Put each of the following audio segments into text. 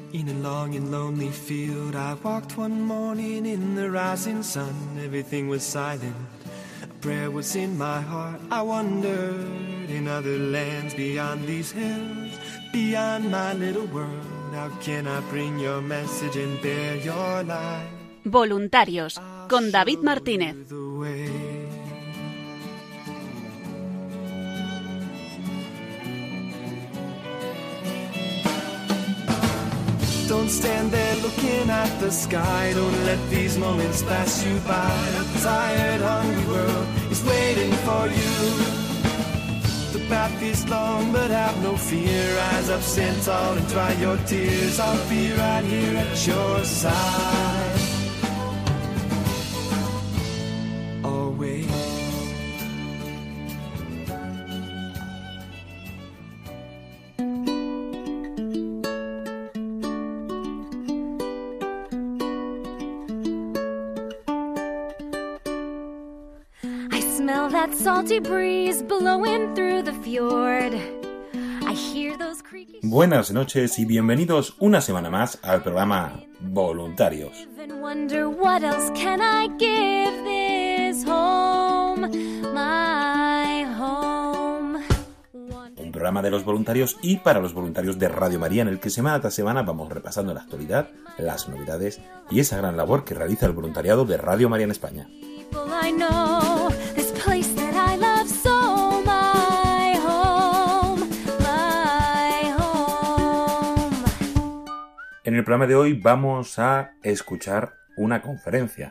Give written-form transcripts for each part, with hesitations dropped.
In a long and lonely field I walked one morning in the rising sun. Everything was silent, a prayer was in my heart. I wondered, in other lands beyond these hills, beyond my little world, how can I bring your message and bear your light? Voluntarios, con David Martínez. Don't stand there looking at the sky. Don't let these moments pass you by. A tired, hungry world is waiting for you. The path is long, but have no fear. Rise up, stand tall, and dry your tears. I'll be right here at your side. Always. Smell that salty breeze blowing through the fjord. I hear those creaky... Buenas noches y bienvenidos una semana más al programa Voluntarios. Wonder what else can I give this home, my home. Un programa de los voluntarios y para los voluntarios de Radio María, en el que semana tras semana vamos repasando la actualidad, las novedades y esa gran labor que realiza el voluntariado de Radio María en España. I know this place that I love so, my home, my home. En el programa de hoy vamos a escuchar una conferencia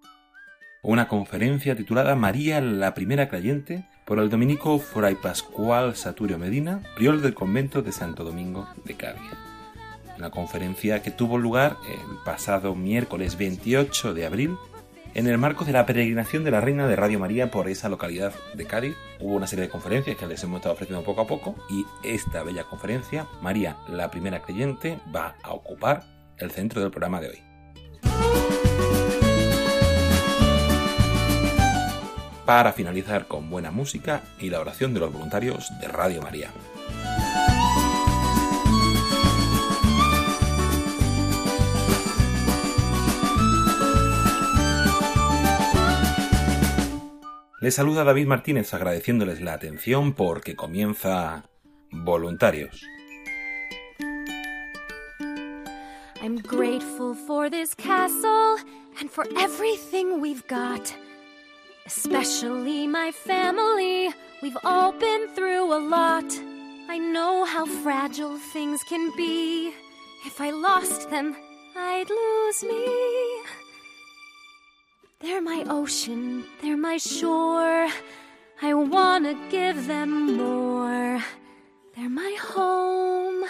titulada María la primera creyente por el dominico Fray Pascual Saturio Medina, prior del convento de Santo Domingo de Cádiz. Una conferencia que tuvo lugar el pasado miércoles 28 de abril en el marco de la peregrinación de la Reina de Radio María por esa localidad de Cádiz. Hubo una serie de conferencias que les hemos estado ofreciendo poco a poco y esta bella conferencia, María la primera creyente, va a ocupar el centro del programa de hoy. Para finalizar con buena música y la oración de los voluntarios de Radio María. Les saluda David Martínez agradeciéndoles la atención porque comienza Voluntarios. I'm grateful for this castle and for everything we've got. Especially my family, we've all been through a lot. I know how fragile things can be. If I lost them, I'd lose me. They're my ocean, they're my shore. I wanna give them more. They're my home,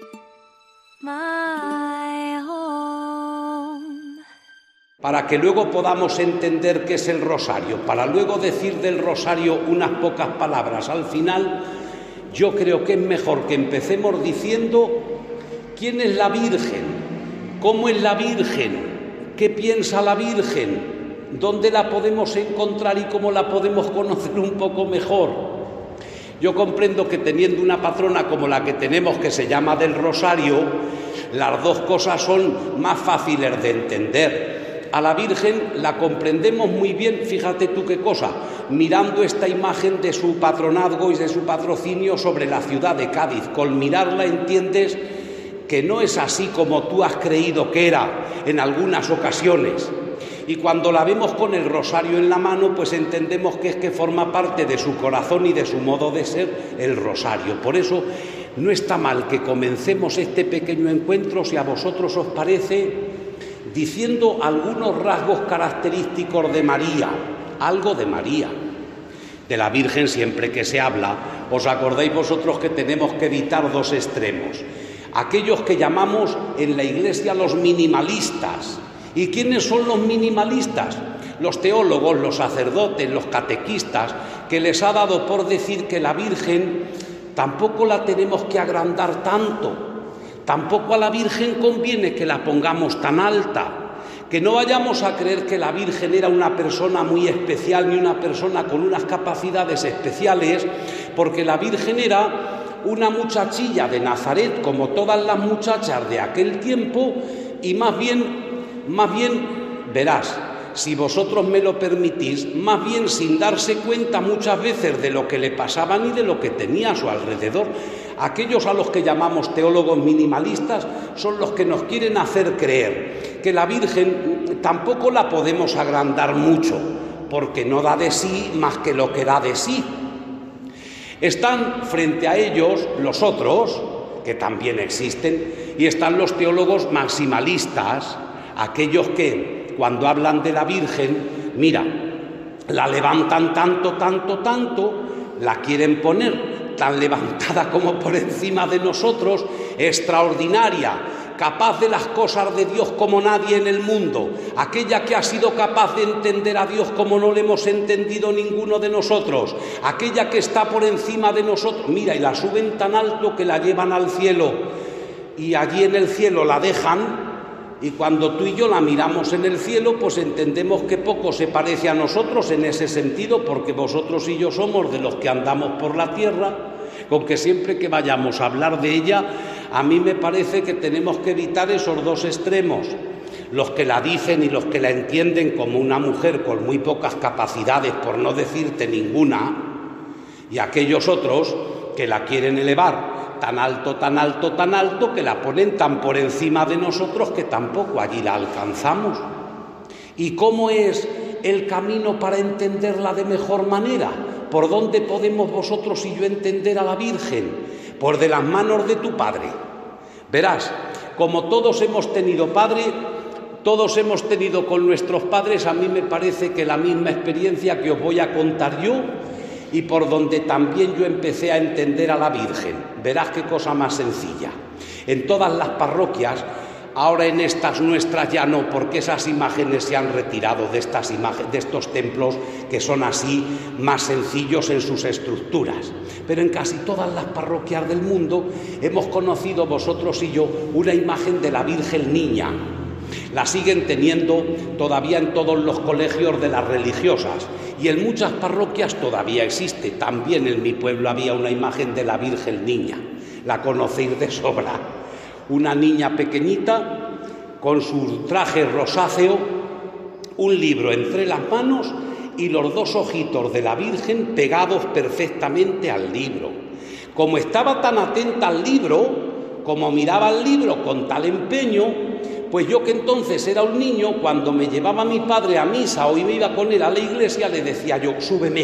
my home. Para que luego podamos entender qué es el rosario, para luego decir del rosario unas pocas palabras al final, yo creo que es mejor que empecemos diciendo quién es la Virgen, cómo es la Virgen, qué piensa la Virgen, dónde la podemos encontrar y cómo la podemos conocer un poco mejor. Yo comprendo que teniendo una patrona como la que tenemos, que se llama del Rosario, las dos cosas son más fáciles de entender. A la Virgen la comprendemos muy bien, fíjate tú qué cosa, mirando esta imagen de su patronazgo y de su patrocinio sobre la ciudad de Cádiz. Con mirarla entiendes que no es así como tú has creído que era en algunas ocasiones. Y cuando la vemos con el rosario en la mano, pues entendemos que es que forma parte de su corazón y de su modo de ser el rosario. Por eso no está mal que comencemos este pequeño encuentro, si a vosotros os parece, diciendo algunos rasgos característicos de María, algo de María. De la Virgen siempre que se habla, os acordáis vosotros que tenemos que evitar dos extremos. Aquellos que llamamos en la Iglesia los minimalistas. ¿Y quiénes son los minimalistas? Los teólogos, los sacerdotes, los catequistas, que les ha dado por decir que la Virgen tampoco la tenemos que agrandar tanto, tampoco a la Virgen conviene que la pongamos tan alta, que no vayamos a creer que la Virgen era una persona muy especial ni una persona con unas capacidades especiales, porque la Virgen era una muchachilla de Nazaret como todas las muchachas de aquel tiempo, y más bien, verás, si vosotros me lo permitís, más bien sin darse cuenta muchas veces de lo que le pasaba ni de lo que tenía a su alrededor. Aquellos a los que llamamos teólogos minimalistas son los que nos quieren hacer creer que la Virgen tampoco la podemos agrandar mucho, porque no da de sí más que lo que da de sí. Están frente a ellos los otros, que también existen, y están los teólogos maximalistas, aquellos que cuando hablan de la Virgen, mira, la levantan tanto, la quieren poner tan levantada como por encima de nosotros, extraordinaria, capaz de las cosas de Dios como nadie en el mundo, aquella que ha sido capaz de entender a Dios como no le hemos entendido ninguno de nosotros, aquella que está por encima de nosotros, mira, y la suben tan alto que la llevan al cielo, y allí en el cielo la dejan, y cuando tú y yo la miramos en el cielo, pues entendemos que poco se parece a nosotros en ese sentido, porque vosotros y yo somos de los que andamos por la tierra, con que siempre que vayamos a hablar de ella, a mí me parece que tenemos que evitar esos dos extremos, los que la dicen y los que la entienden como una mujer con muy pocas capacidades, por no decirte ninguna, y aquellos otros que la quieren elevar tan alto, que la ponen tan por encima de nosotros que tampoco allí la alcanzamos. ¿Y cómo es el camino para entenderla de mejor manera? ¿Por dónde podemos vosotros y yo entender a la Virgen? Por de las manos de tu Padre. Verás, como todos hemos tenido padre, todos hemos tenido con nuestros padres, a mí me parece que la misma experiencia que os voy a contar yo, y por donde también yo empecé a entender a la Virgen. Verás qué cosa más sencilla. En todas las parroquias, ahora en estas nuestras ya no, porque esas imágenes se han retirado de estos templos que son así más sencillos en sus estructuras. Pero en casi todas las parroquias del mundo hemos conocido vosotros y yo una imagen de la Virgen Niña. La siguen teniendo todavía en todos los colegios de las religiosas y en muchas parroquias todavía existe. También en mi pueblo había una imagen de la Virgen Niña, la conocéis de sobra. Una niña pequeñita con su traje rosáceo, un libro entre las manos y los dos ojitos de la Virgen pegados perfectamente al libro. Como estaba tan atenta al libro, como miraba el libro con tal empeño, pues yo que entonces era un niño, cuando me llevaba mi padre a misa o me iba con él a la iglesia, le decía yo,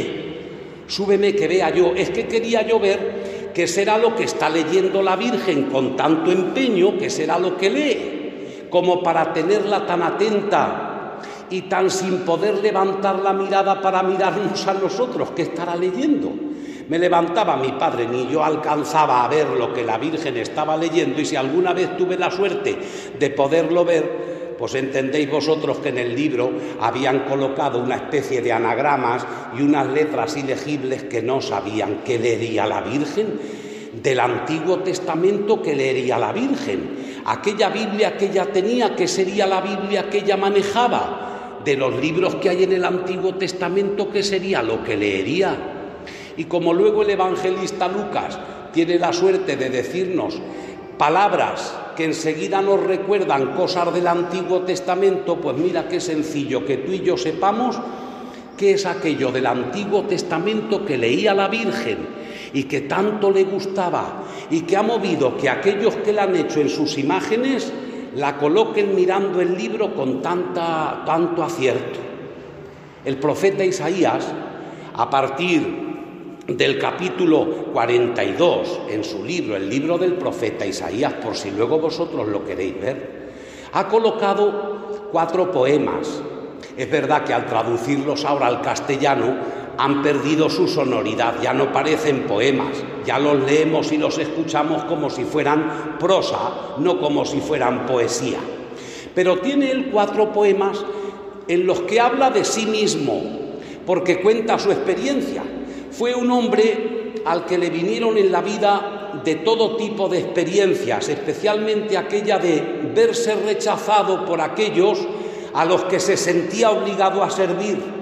súbeme que vea yo. Es que quería yo ver qué será lo que está leyendo la Virgen con tanto empeño, qué será lo que lee, como para tenerla tan atenta y tan sin poder levantar la mirada para mirarnos a nosotros, ¿qué estará leyendo? Me levantaba mi padre, ni yo alcanzaba a ver lo que la Virgen estaba leyendo, y si alguna vez tuve la suerte de poderlo ver, pues entendéis vosotros que en el libro habían colocado una especie de anagramas y unas letras ilegibles que no sabían qué leería la Virgen. Del Antiguo Testamento, ¿qué leería la Virgen? Aquella Biblia que ella tenía, ¿qué sería la Biblia que ella manejaba? De los libros que hay en el Antiguo Testamento, ¿qué sería lo que leería? Y como luego el evangelista Lucas tiene la suerte de decirnos palabras que enseguida nos recuerdan cosas del Antiguo Testamento, pues mira qué sencillo que tú y yo sepamos qué es aquello del Antiguo Testamento que leía la Virgen y que tanto le gustaba y que ha movido que aquellos que la han hecho en sus imágenes la coloquen mirando el libro con tanto acierto. El profeta Isaías, a partir del capítulo 42 en su libro, el libro del profeta Isaías, por si luego vosotros lo queréis ver, ha colocado 4 poemas. Es verdad que al traducirlos ahora al castellano han perdido su sonoridad, ya no parecen poemas, ya los leemos y los escuchamos como si fueran prosa, no como si fueran poesía. Pero tiene él 4 poemas en los que habla de sí mismo, porque cuenta su experiencia. Fue un hombre al que le vinieron en la vida de todo tipo de experiencias, especialmente aquella de verse rechazado por aquellos a los que se sentía obligado a servir,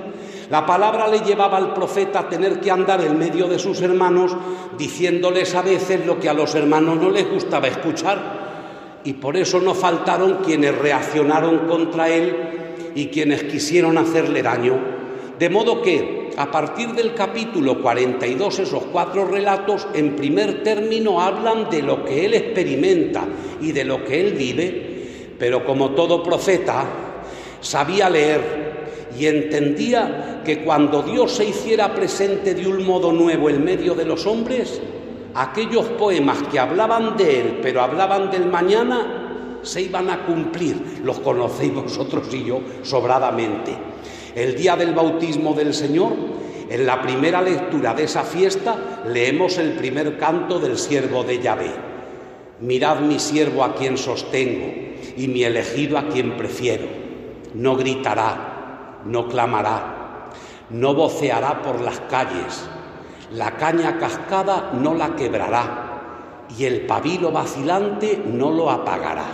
La palabra le llevaba al profeta a tener que andar en medio de sus hermanos, diciéndoles a veces lo que a los hermanos no les gustaba escuchar, y por eso no faltaron quienes reaccionaron contra él y quienes quisieron hacerle daño. De modo que, a partir del capítulo 42, esos 4 relatos, en primer término, hablan de lo que él experimenta y de lo que él vive, pero como todo profeta, sabía leer y entendía que cuando Dios se hiciera presente de un modo nuevo en medio de los hombres, aquellos poemas que hablaban de él, pero hablaban del mañana, se iban a cumplir. Los conocéis vosotros y yo sobradamente. El día del bautismo del Señor, en la primera lectura de esa fiesta, leemos el primer canto del siervo de Yahvé. Mirad mi siervo a quien sostengo y mi elegido a quien prefiero. No gritará, no clamará, no voceará por las calles, la caña cascada no la quebrará y el pabilo vacilante no lo apagará.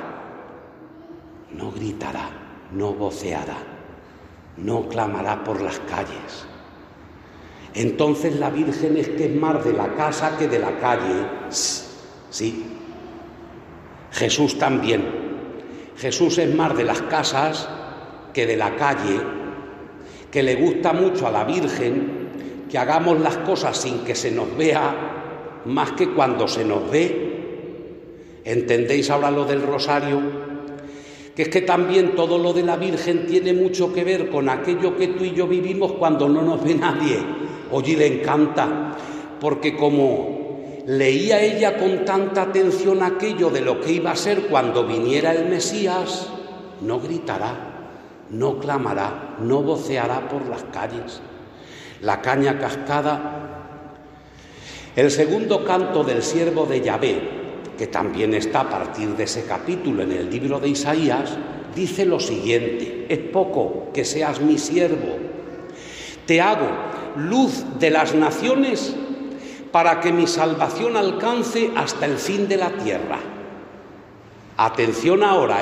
No gritará, no voceará, no clamará por las calles. Entonces la Virgen es que es más de la casa que de la calle. Sí, Jesús también. Jesús es más de las casas que de la calle, que le gusta mucho a la Virgen que hagamos las cosas sin que se nos vea, más que cuando se nos ve. ¿Entendéis ahora lo del rosario? Que es que también todo lo de la Virgen tiene mucho que ver con aquello que tú y yo vivimos cuando no nos ve nadie. Oye, le encanta, porque como leía ella con tanta atención aquello de lo que iba a ser cuando viniera el Mesías, no gritará, no clamará, no voceará por las calles, la caña cascada. El segundo canto del siervo de Yahvé, que también está a partir de ese capítulo en el libro de Isaías, dice lo siguiente: es poco que seas mi siervo, te hago luz de las naciones para que mi salvación alcance hasta el fin de la tierra. Atención ahora,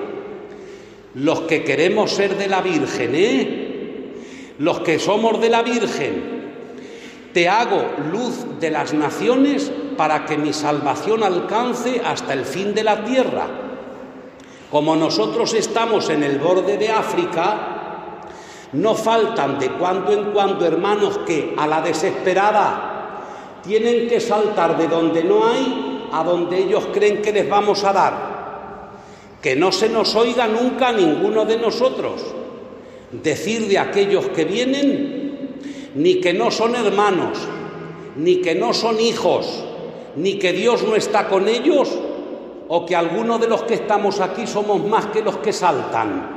los que queremos ser de la Virgen, los que somos de la Virgen, te hago luz de las naciones para que mi salvación alcance hasta el fin de la tierra. Como nosotros estamos en el borde de África, no faltan de cuando en cuando hermanos que a la desesperada tienen que saltar de donde no hay a donde ellos creen que les vamos a dar. Que no se nos oiga nunca a ninguno de nosotros decir de aquellos que vienen ni que no son hermanos, ni que no son hijos, ni que Dios no está con ellos, o que alguno de los que estamos aquí somos más que los que saltan.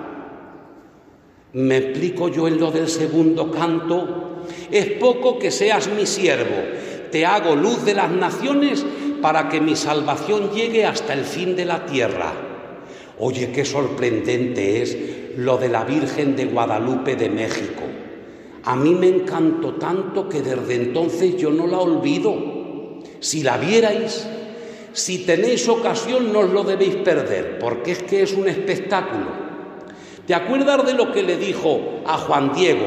Me explico yo en lo del segundo canto. Es poco que seas mi siervo, te hago luz de las naciones para que mi salvación llegue hasta el fin de la tierra. Oye, qué sorprendente es lo de la Virgen de Guadalupe de México. A mí me encantó tanto que desde entonces yo no la olvido. Si la vierais, si tenéis ocasión, no os lo debéis perder, porque es que es un espectáculo. ¿Te acuerdas de lo que le dijo a Juan Diego?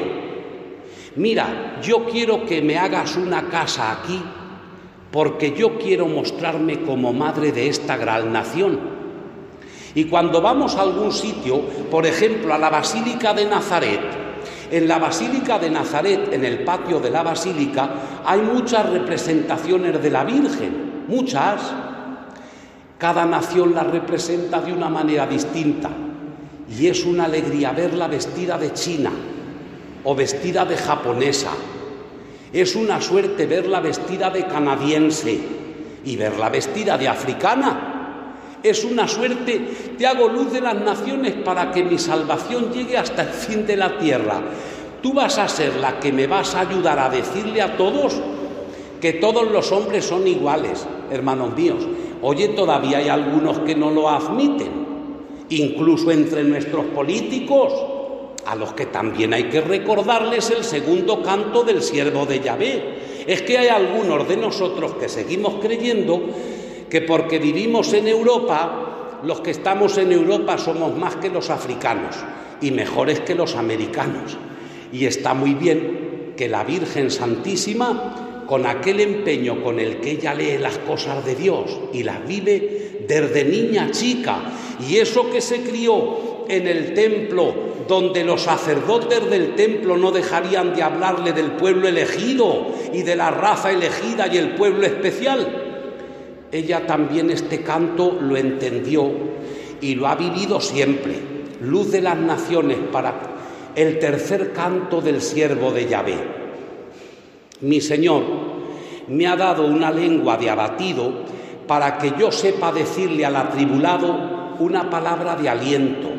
Mira, yo quiero que me hagas una casa aquí, porque yo quiero mostrarme como madre de esta gran nación. Y cuando vamos a algún sitio, por ejemplo, a la Basílica de Nazaret, en la Basílica de Nazaret, en el patio de la Basílica, hay muchas representaciones de la Virgen, muchas. Cada nación la representa de una manera distinta. Y es una alegría verla vestida de china o vestida de japonesa. Es una suerte verla vestida de canadiense y verla vestida de africana. Es una suerte, te hago luz de las naciones para que mi salvación llegue hasta el fin de la tierra. Tú vas a ser la que me vas a ayudar a decirle a todos que todos los hombres son iguales, hermanos míos. Oye, todavía hay algunos que no lo admiten, incluso entre nuestros políticos, a los que también hay que recordarles el segundo canto del siervo de Yahvé. Es que hay algunos de nosotros que seguimos creyendo que porque vivimos en Europa, los que estamos en Europa somos más que los africanos y mejores que los americanos. Y está muy bien que la Virgen Santísima, con aquel empeño con el que ella lee las cosas de Dios y las vive desde niña chica, y eso que se crió en el templo, donde los sacerdotes del templo no dejarían de hablarle del pueblo elegido y de la raza elegida y el pueblo especial, ella también este canto lo entendió y lo ha vivido siempre. Luz de las naciones, para el tercer canto del siervo de Yahvé. Mi Señor me ha dado una lengua de abatido para que yo sepa decirle al atribulado una palabra de aliento.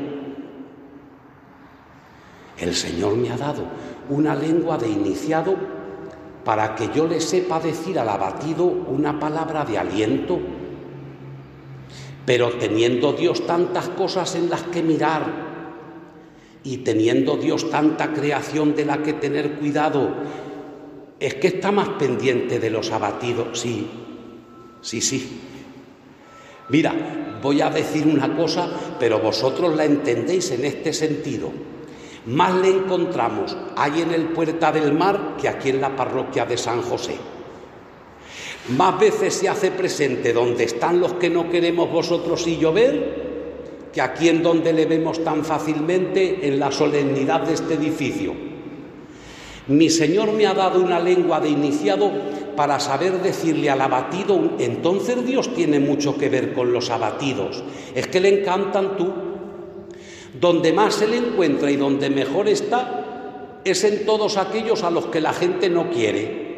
El Señor me ha dado una lengua de iniciado para que yo le sepa decir al abatido una palabra de aliento. Pero teniendo Dios tantas cosas en las que mirar y teniendo Dios tanta creación de la que tener cuidado, ¿es que está más pendiente de los abatidos? Sí. Mira, voy a decir una cosa, pero vosotros la entendéis en este sentido. Más le encontramos ahí en el Puerta del Mar que aquí en la parroquia de San José. Más veces se hace presente donde están los que no queremos vosotros y yo ver, que aquí en donde le vemos tan fácilmente en la solemnidad de este edificio. Mi Señor me ha dado una lengua de iniciado para saber decirle al abatido, entonces Dios tiene mucho que ver con los abatidos, es que le encantan tú. Donde más se le encuentra y donde mejor está es en todos aquellos a los que la gente no quiere.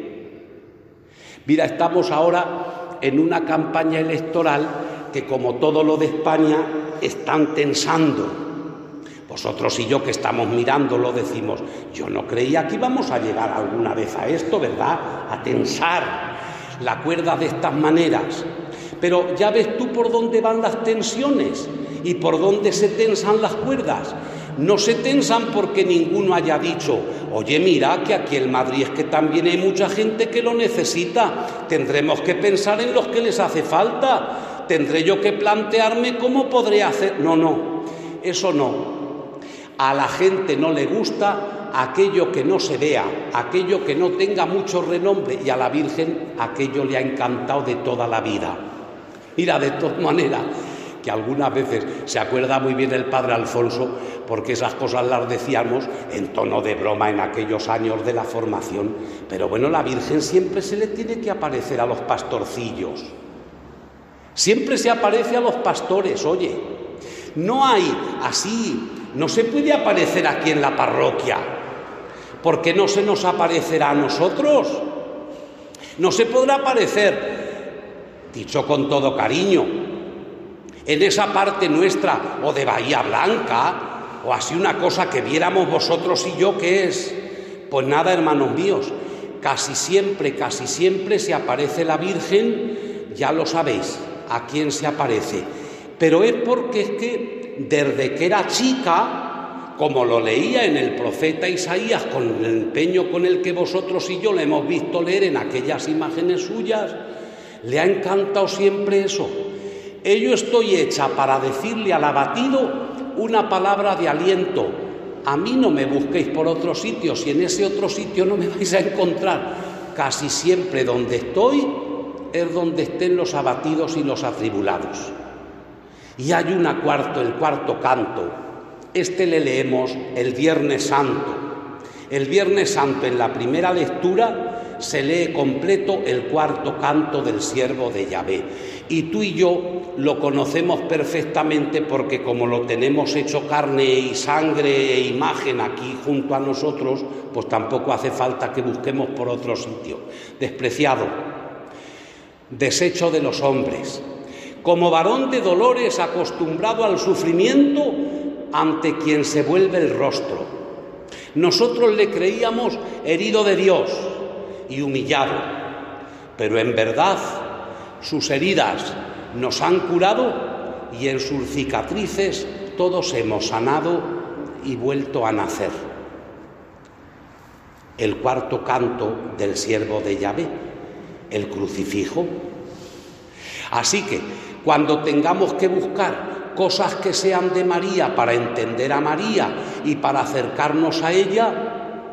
Mira, estamos ahora en una campaña electoral que, como todo lo de España, están tensando. Vosotros y yo que estamos mirándolo decimos, yo no creía que íbamos a llegar alguna vez a esto, ¿verdad? A tensar la cuerda de estas maneras. Pero ya ves tú por dónde van las tensiones y por dónde se tensan las cuerdas. No se tensan porque ninguno haya dicho, oye, mira, que aquí en Madrid es que también hay mucha gente que lo necesita, tendremos que pensar en los que les hace falta, tendré yo que plantearme cómo podré hacer... No, eso no. A la gente no le gusta aquello que no se vea, aquello que no tenga mucho renombre, y a la Virgen aquello le ha encantado de toda la vida. Mira, de todas maneras, que algunas veces se acuerda muy bien el padre Alfonso, porque esas cosas las decíamos en tono de broma en aquellos años de la formación, pero bueno, la Virgen siempre se le tiene que aparecer a los pastorcillos, siempre se aparece a los pastores, oye, no hay así, no se puede aparecer aquí en la parroquia, ¿por qué no se nos aparecerá a nosotros? No se podrá aparecer, dicho con todo cariño, en esa parte nuestra o de Bahía Blanca, o así una cosa que viéramos vosotros y yo que es. Pues nada, hermanos míos, casi siempre se aparece la Virgen, ya lo sabéis, a quién se aparece. Pero es porque es que desde que era chica, como lo leía en el profeta Isaías, con el empeño con el que vosotros y yo le hemos visto leer en aquellas imágenes suyas, le ha encantado siempre eso. Yo estoy hecha para decirle al abatido una palabra de aliento. A mí no me busquéis por otro sitio, si en ese otro sitio no me vais a encontrar. Casi siempre donde estoy es donde estén los abatidos y los atribulados. Y hay el cuarto canto. Este le leemos el Viernes Santo. El Viernes Santo, en la primera lectura, se lee completo el cuarto canto del siervo de Yahvé. Y tú y yo lo conocemos perfectamente porque como lo tenemos hecho carne y sangre e imagen aquí junto a nosotros, pues tampoco hace falta que busquemos por otro sitio. Despreciado, deshecho de los hombres, como varón de dolores acostumbrado al sufrimiento, ante quien se vuelve el rostro. Nosotros le creíamos herido de Dios y humillado, pero en verdad sus heridas nos han curado y en sus cicatrices todos hemos sanado y vuelto a nacer. El cuarto canto del siervo de Yahvé, el crucifijo. Así que cuando tengamos que buscar cosas que sean de María para entender a María y para acercarnos a ella,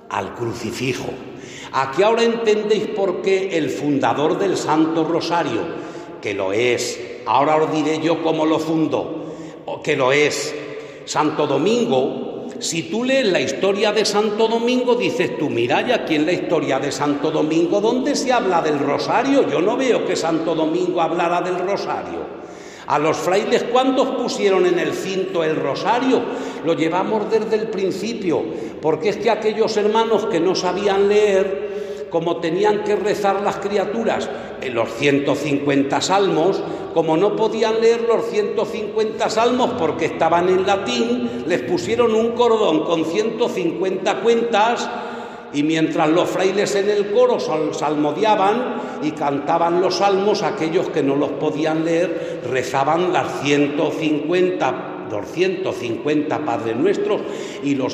al crucifijo. Aquí ahora entendéis por qué el fundador del Santo Rosario, que lo es, ahora os diré yo cómo lo fundó, que lo es, Santo Domingo. Si tú lees la historia de Santo Domingo, dices tú, mira, y aquí en la historia de Santo Domingo, ¿dónde se habla del rosario? Yo no veo que Santo Domingo hablara del rosario. A los frailes, ¿cuándo pusieron en el cinto el rosario? Lo llevamos desde el principio, porque es que aquellos hermanos que no sabían leer, como tenían que rezar las criaturas en los 150 salmos, como no podían leer los 150 salmos porque estaban en latín, les pusieron un cordón con 150 cuentas, y mientras los frailes en el coro salmodiaban y cantaban los salmos, aquellos que no los podían leer rezaban las 150, los 150 Padres Nuestros y las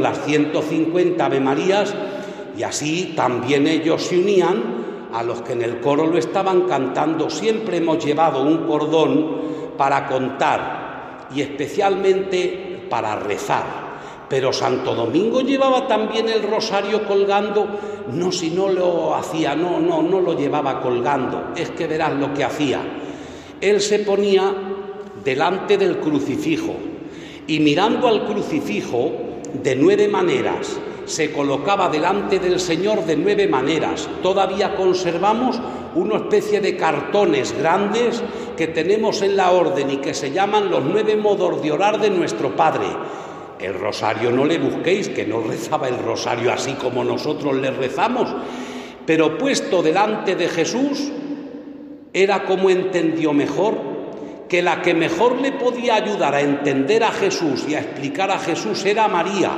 150 Ave Marías, y así también ellos se unían a los que en el coro lo estaban cantando. Siempre hemos llevado un cordón para contar y especialmente para rezar. Pero Santo Domingo llevaba también el rosario colgando, no si no lo hacía, no lo llevaba colgando, es que verás lo que hacía. Él se ponía delante del crucifijo y mirando al crucifijo de 9 maneras, se colocaba delante del Señor de 9 maneras. Todavía conservamos una especie de cartones grandes que tenemos en la orden y que se llaman los 9 modos de orar de nuestro Padre. El rosario no le busquéis, que no rezaba el rosario así como nosotros le rezamos, pero puesto delante de Jesús, era como entendió mejor, que la que mejor le podía ayudar a entender a Jesús y a explicar a Jesús era María.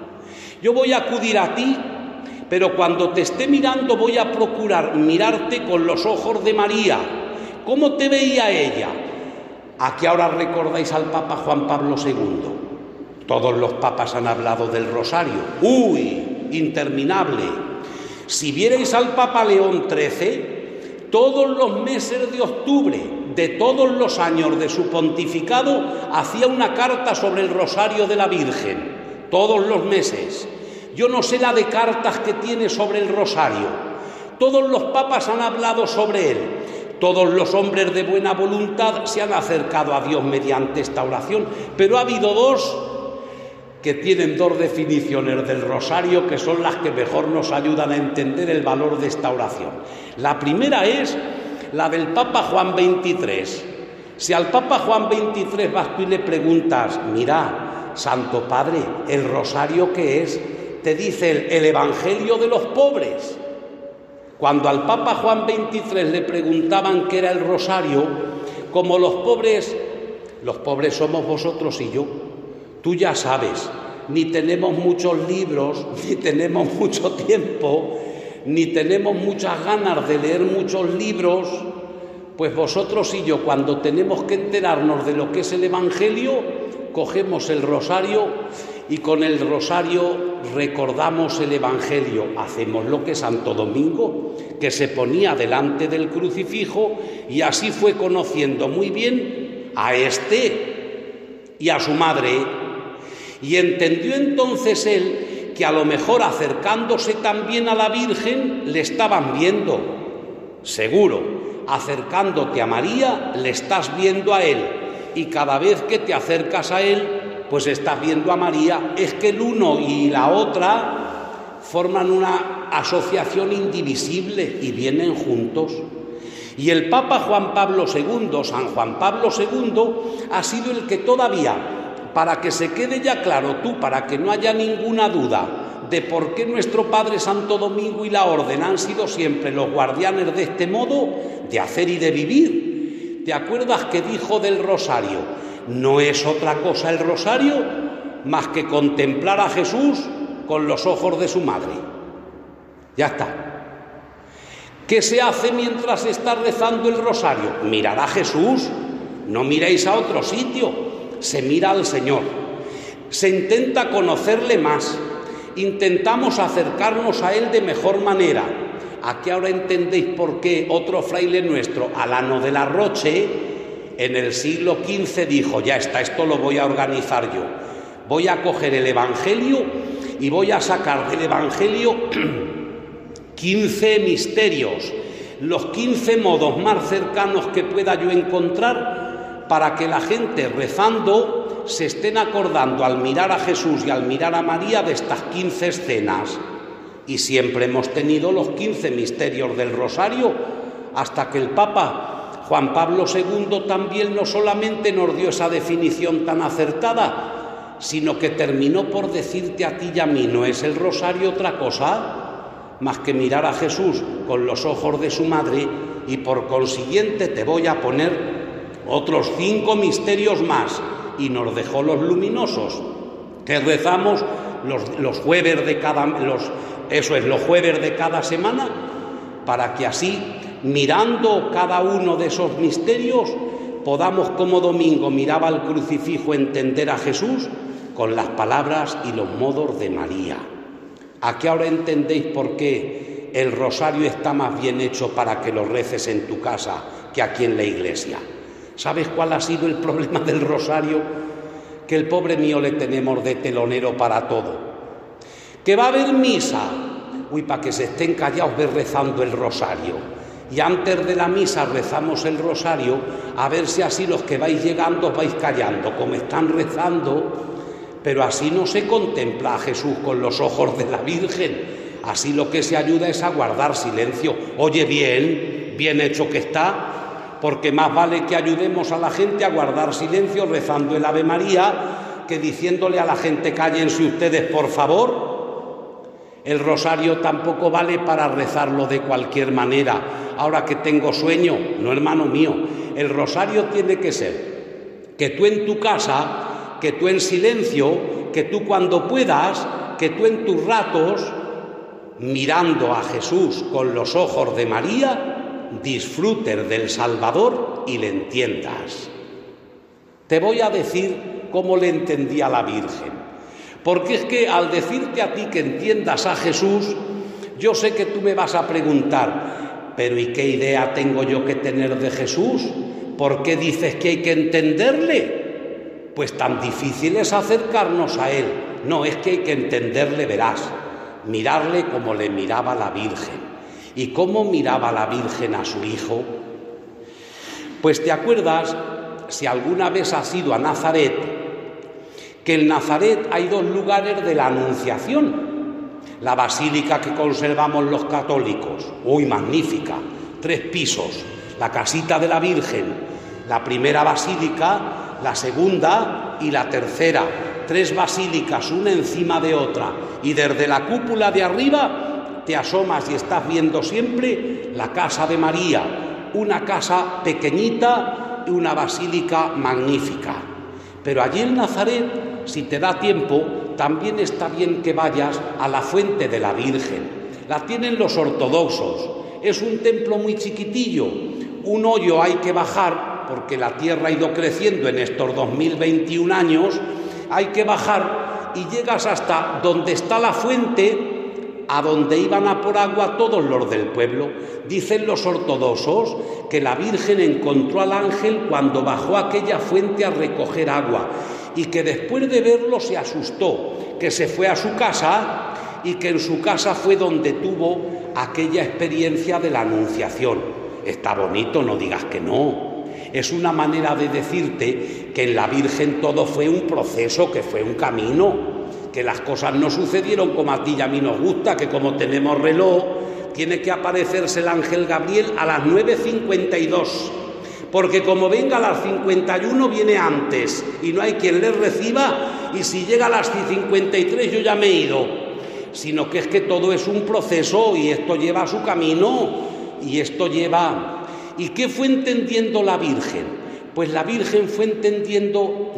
Yo voy a acudir a ti, pero cuando te esté mirando voy a procurar mirarte con los ojos de María. ¿Cómo te veía ella? Aquí ahora recordáis al Papa Juan Pablo II. Todos los papas han hablado del rosario. ¡Uy! Interminable. Si vierais al Papa León XIII, todos los meses de octubre de todos los años de su pontificado hacía una carta sobre el rosario de la Virgen. Todos los meses. Yo no sé la de cartas que tiene sobre el rosario. Todos los papas han hablado sobre él. Todos los hombres de buena voluntad se han acercado a Dios mediante esta oración, pero ha habido 2 que tienen 2 definiciones del rosario que son las que mejor nos ayudan a entender el valor de esta oración. La primera es la del Papa Juan XXIII. Si al Papa Juan XXIII vas tú y le preguntas, mira, Santo Padre, ¿el rosario qué es? Te dice el Evangelio de los pobres. Cuando al Papa Juan XXIII le preguntaban qué era el rosario, como los pobres somos vosotros y yo, tú ya sabes, ni tenemos muchos libros, ni tenemos mucho tiempo, ni tenemos muchas ganas de leer muchos libros, pues vosotros y yo, cuando tenemos que enterarnos de lo que es el Evangelio, cogemos el rosario y con el rosario recordamos el Evangelio. Hacemos lo que Santo Domingo, que se ponía delante del crucifijo y así fue conociendo muy bien a este y a su madre. Y entendió entonces él que a lo mejor acercándose también a la Virgen le estaban viendo. Seguro, acercándote a María le estás viendo a él. Y cada vez que te acercas a él, pues estás viendo a María. Es que el uno y la otra forman una asociación indivisible y vienen juntos. Y el Papa Juan Pablo II, San Juan Pablo II, ha sido el que todavía, para que se quede ya claro para que no haya ninguna duda de por qué nuestro Padre Santo Domingo y la Orden han sido siempre los guardianes de este modo de hacer y de vivir. ¿Te acuerdas que dijo del rosario? No es otra cosa el rosario más que contemplar a Jesús con los ojos de su madre. Ya está. ¿Qué se hace mientras está rezando el rosario? Mirar a Jesús. No miréis a otro sitio. Se mira al Señor, se intenta conocerle más, intentamos acercarnos a Él de mejor manera. Aquí ahora entendéis por qué otro fraile nuestro, Alano de la Roche, en el siglo XV dijo, ya está, esto lo voy a organizar yo. Voy a coger el Evangelio y voy a sacar del Evangelio 15 misterios, los 15 modos más cercanos que pueda yo encontrar para que la gente rezando se estén acordando al mirar a Jesús y al mirar a María de estas 15 escenas. Y siempre hemos tenido los 15 misterios del Rosario, hasta que el Papa Juan Pablo II también no solamente nos dio esa definición tan acertada, sino que terminó por decirte a ti y a mí: ¿no es el Rosario otra cosa más que mirar a Jesús con los ojos de su madre? Y por consiguiente te voy a poner otros 5 misterios más. Y nos dejó los luminosos, que rezamos los jueves de los jueves de cada semana, para que así, mirando cada uno de esos misterios, podamos, como Domingo miraba al crucifijo, entender a Jesús con las palabras y los modos de María. Aquí ahora entendéis por qué el rosario está más bien hecho para que lo reces en tu casa que aquí en la iglesia. ¿Sabes cuál ha sido el problema del rosario? Que el pobre mío le tenemos de telonero para todo. Que va a haber misa. Uy, para que se estén callados, ve rezando el rosario. Y antes de la misa rezamos el rosario, a ver si así los que vais llegando os vais callando, como están rezando. Pero así no se contempla a Jesús con los ojos de la Virgen. Así lo que se ayuda es a guardar silencio. Oye, bien hecho que está, porque más vale que ayudemos a la gente a guardar silencio rezando el Ave María que diciéndole a la gente: cállense ustedes, por favor. El rosario tampoco vale para rezarlo de cualquier manera. Ahora que tengo sueño, no, hermano mío, el rosario tiene que ser que tú en tu casa, que tú en silencio, que tú cuando puedas, que tú en tus ratos, mirando a Jesús con los ojos de María, disfrutes del Salvador y le entiendas. Te voy a decir cómo le entendía la Virgen, porque es que al decirte a ti que entiendas a Jesús, yo sé que tú me vas a preguntar: pero ¿y qué idea tengo yo que tener de Jesús? ¿Por qué dices que hay que entenderle? Pues tan difícil es acercarnos a Él. No, es que hay que entenderle, verás, mirarle como le miraba la Virgen. ¿Y cómo miraba la Virgen a su hijo? Pues te acuerdas, si alguna vez has ido a Nazaret, que en Nazaret hay 2 lugares de la Anunciación. La basílica que conservamos los católicos, uy, magnífica, 3 pisos, la casita de la Virgen, la primera basílica, la segunda y la tercera, 3 basílicas, una encima de otra, y desde la cúpula de arriba te asomas y estás viendo siempre la casa de María, una casa pequeñita y una basílica magnífica. Pero allí en Nazaret, si te da tiempo, también está bien que vayas a la fuente de la Virgen. La tienen los ortodoxos. Es un templo muy chiquitillo. Un hoyo hay que bajar, porque la tierra ha ido creciendo en estos 2021 años. Hay que bajar y llegas hasta donde está la fuente, a donde iban a por agua todos los del pueblo. Dicen los ortodoxos que la Virgen encontró al ángel cuando bajó a aquella fuente a recoger agua, y que después de verlo se asustó, que se fue a su casa, y que en su casa fue donde tuvo aquella experiencia de la Anunciación. Está bonito, no digas que no. Es una manera de decirte que en la Virgen todo fue un proceso, que fue un camino, que las cosas no sucedieron como a ti y a mí nos gusta, que como tenemos reloj, tiene que aparecerse el ángel Gabriel a las 9:52, porque como venga a las 51 viene antes y no hay quien le reciba, y si llega a las 53 yo ya me he ido, sino que es que todo es un proceso y esto lleva su camino y esto lleva... ¿Y qué fue entendiendo la Virgen? Pues la Virgen fue entendiendo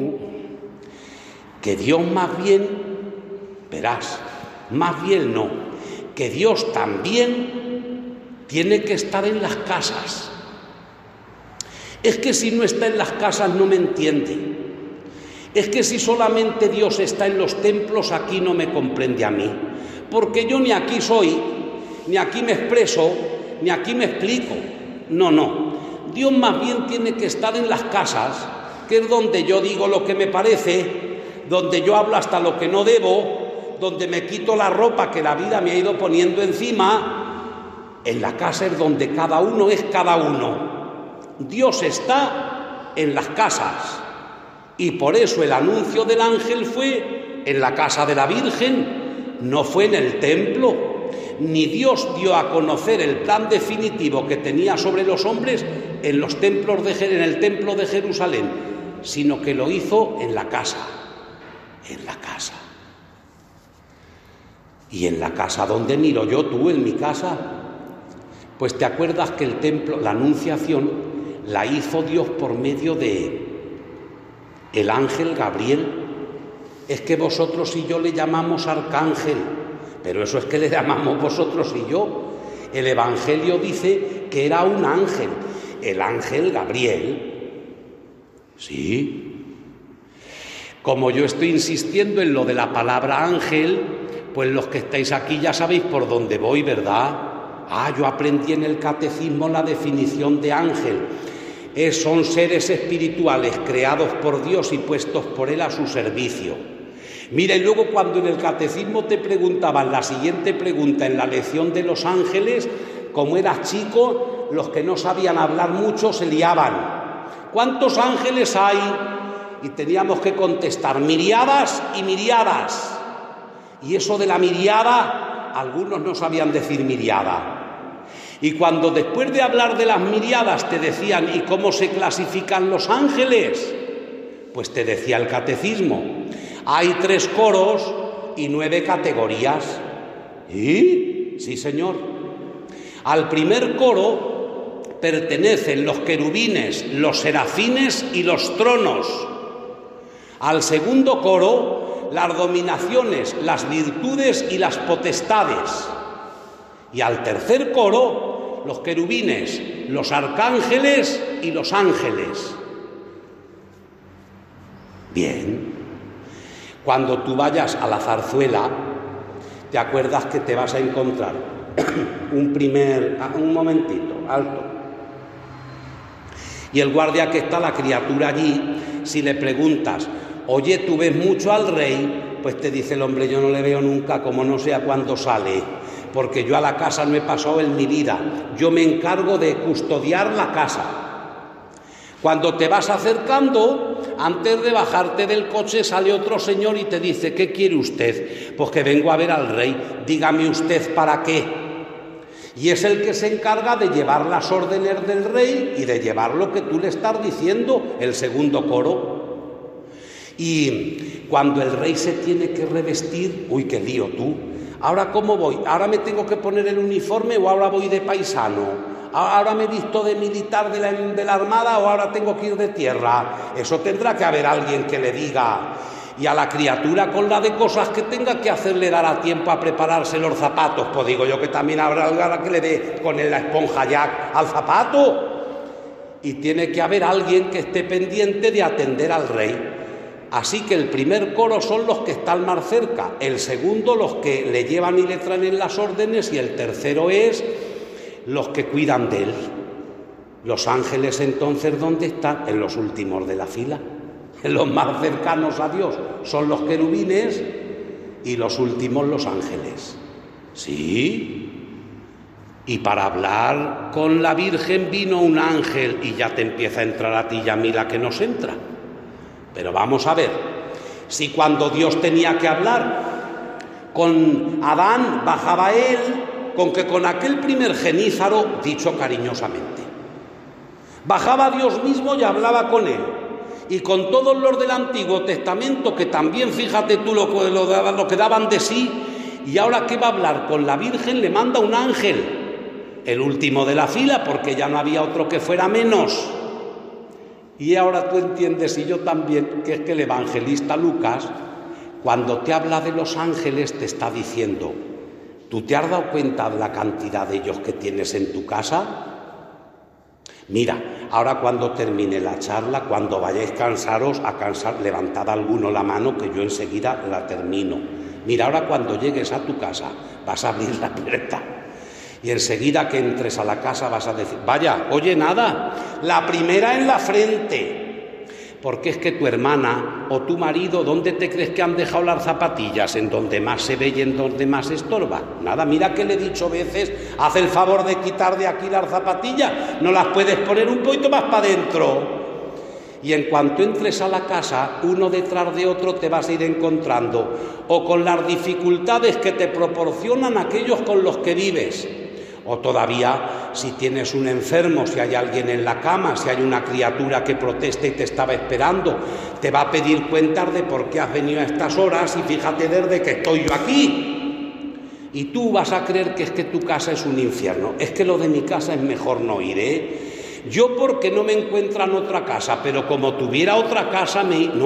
que Dios más bien, verás, más bien no, que Dios también tiene que estar en las casas. Es que si no está en las casas no me entiende. Es que si solamente Dios está en los templos, aquí no me comprende a mí. Porque yo ni aquí soy, ni aquí me expreso, ni aquí me explico. No. Dios más bien tiene que estar en las casas, que es donde yo digo lo que me parece, donde yo hablo hasta lo que no debo, donde me quito la ropa que la vida me ha ido poniendo encima. En la casa es donde cada uno es cada uno. Dios está en las casas. Y por eso el anuncio del ángel fue en la casa de la Virgen, no fue en el templo. Ni Dios dio a conocer el plan definitivo que tenía sobre los hombres en el templo de Jerusalén, sino que lo hizo en la casa. En la casa. ¿Y en la casa dónde miro yo, tú, en mi casa? Pues te acuerdas que el templo, la anunciación, la hizo Dios por medio de el ángel Gabriel. Es que vosotros y yo le llamamos arcángel, pero eso es que le llamamos vosotros y yo. El Evangelio dice que era un ángel, el ángel Gabriel. Sí. Como yo estoy insistiendo en lo de la palabra ángel, pues los que estáis aquí ya sabéis por dónde voy, ¿verdad? Yo aprendí en el catecismo la definición de ángel. Son seres espirituales creados por Dios y puestos por Él a su servicio. Mira, y luego cuando en el catecismo te preguntaban la siguiente pregunta en la lección de los ángeles, como eras chico, los que no sabían hablar mucho se liaban. ¿Cuántos ángeles hay? Y teníamos que contestar miriadas y miriadas. Y eso de la miriada, algunos no sabían decir miriada. Y cuando después de hablar de las miriadas te decían ¿y cómo se clasifican los ángeles? Pues te decía el catecismo, hay 3 coros y 9 categorías. ¿Y? Sí, señor. Al primer coro pertenecen los querubines, los serafines y los tronos. Al segundo coro, las dominaciones, las virtudes y las potestades. Y al tercer coro, los querubines, los arcángeles y los ángeles. Bien. Cuando tú vayas a la zarzuela, te acuerdas que te vas a encontrar un momentito, alto. Y el guardia que está, la criatura allí, si le preguntas, oye, ¿tú ves mucho al rey? Pues te dice el hombre, yo no le veo nunca, como no sé a cuándo sale, porque yo a la casa no he pasado en mi vida, yo me encargo de custodiar la casa. Cuando te vas acercando, antes de bajarte del coche sale otro señor y te dice, ¿qué quiere usted? Pues que vengo a ver al rey, dígame usted para qué. Y es el que se encarga de llevar las órdenes del rey y de llevar lo que tú le estás diciendo, el segundo coro. Y cuando el rey se tiene que revestir, uy, qué lío tú, ¿ahora cómo voy? ¿Ahora me tengo que poner el uniforme o ahora voy de paisano? ¿Ahora me he visto de militar de la armada o ahora tengo que ir de tierra? Eso tendrá que haber alguien que le diga. Y a la criatura con la de cosas que tenga que hacer le dará tiempo a prepararse los zapatos. Pues digo yo que también habrá alguien que le dé con la esponja Jack al zapato. Y tiene que haber alguien que esté pendiente de atender al rey. Así que el primer coro son los que están más cerca, el segundo los que le llevan y le traen las órdenes y el tercero es los que cuidan de él. Los ángeles entonces, ¿dónde están? En los últimos de la fila. En los más cercanos a Dios son los querubines y los últimos los ángeles. Sí. Y para hablar con la Virgen vino un ángel y ya te empieza a entrar a ti y a mí la que nos entra. Pero vamos a ver, si cuando Dios tenía que hablar con Adán bajaba él, con aquel primer genízaro, dicho cariñosamente, bajaba Dios mismo y hablaba con él. Y con todos los del Antiguo Testamento, que también, fíjate tú lo que daban de sí, y ahora que va a hablar con la Virgen le manda un ángel, el último de la fila, porque ya no había otro que fuera menos. Y ahora tú entiendes, y yo también, que es que el evangelista Lucas, cuando te habla de los ángeles, te está diciendo, ¿tú te has dado cuenta de la cantidad de ellos que tienes en tu casa? Mira, ahora cuando termine la charla, cuando vayáis cansaros a cansar, levantad alguno la mano que yo enseguida la termino. Mira, ahora cuando llegues a tu casa vas a abrir la puerta y enseguida que entres a la casa vas a decir, vaya, oye, nada, la primera en la frente, Porque es que tu hermana o tu marido, ¿dónde te crees que han dejado las zapatillas? ¿En donde más se ve y en donde más estorba? Nada, mira que le he dicho veces, haz el favor de quitar de aquí las zapatillas, no las puedes poner un poquito más para adentro. Y en cuanto entres a la casa, uno detrás de otro te vas a ir encontrando, o con las dificultades que te proporcionan aquellos con los que vives, o todavía si tienes un enfermo, si hay alguien en la cama, si hay una criatura que protesta y te estaba esperando, te va a pedir cuentas de por qué has venido a estas horas y fíjate desde que estoy yo aquí. Y tú vas a creer que es que tu casa es un infierno. Es que lo de mi casa es mejor no ir, ¿eh? Yo porque no me encuentran otra casa, pero como tuviera otra casa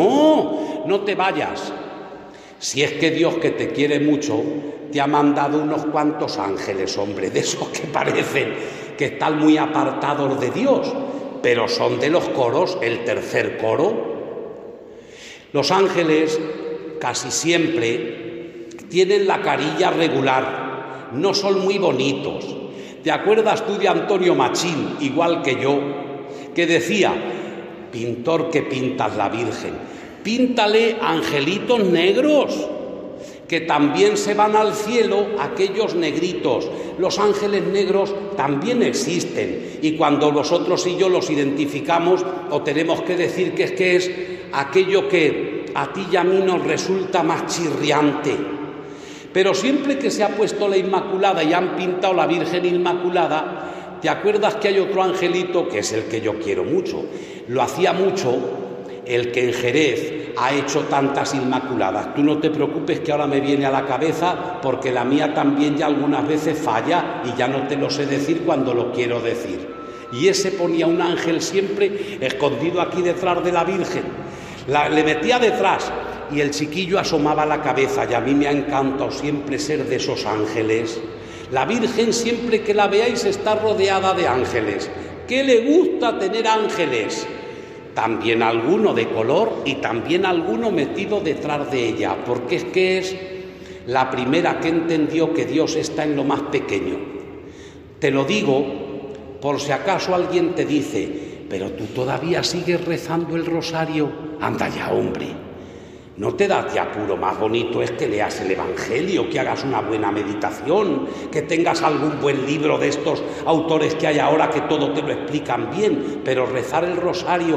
No te vayas. Si es que Dios, que te quiere mucho, te ha mandado unos cuantos ángeles, hombre, de esos que parecen que están muy apartados de Dios, pero son de los coros, el tercer coro. Los ángeles casi siempre tienen la carilla regular, no son muy bonitos. ¿Te acuerdas tú de Antonio Machín, igual que yo, que decía, pintor que pintas la Virgen, píntale angelitos negros, que también se van al cielo aquellos negritos? Los ángeles negros también existen, y cuando vosotros y yo los identificamos, o tenemos que decir que es aquello que a ti y a mí nos resulta más chirriante. Pero siempre que se ha puesto la Inmaculada y han pintado la Virgen Inmaculada, ¿te acuerdas que hay otro angelito que es el que yo quiero mucho? Lo hacía mucho el que en Jerez ha hecho tantas Inmaculadas. Tú no te preocupes que ahora me viene a la cabeza, porque la mía también ya algunas veces falla y ya no te lo sé decir cuando lo quiero decir. Y ese ponía un ángel siempre escondido aquí detrás de la Virgen. Le metía detrás y el chiquillo asomaba la cabeza, y a mí me ha encantado siempre ser de esos ángeles. La Virgen, siempre que la veáis, está rodeada de ángeles. ¿Qué le gusta tener ángeles? También alguno de color y también alguno metido detrás de ella, porque es que es la primera que entendió que Dios está en lo más pequeño. Te lo digo por si acaso alguien te dice, pero tú todavía sigues rezando el rosario. Anda ya, hombre. ¿No te da apuro? Más bonito es que leas el Evangelio, que hagas una buena meditación, que tengas algún buen libro de estos autores que hay ahora que todo te lo explican bien. Pero rezar el rosario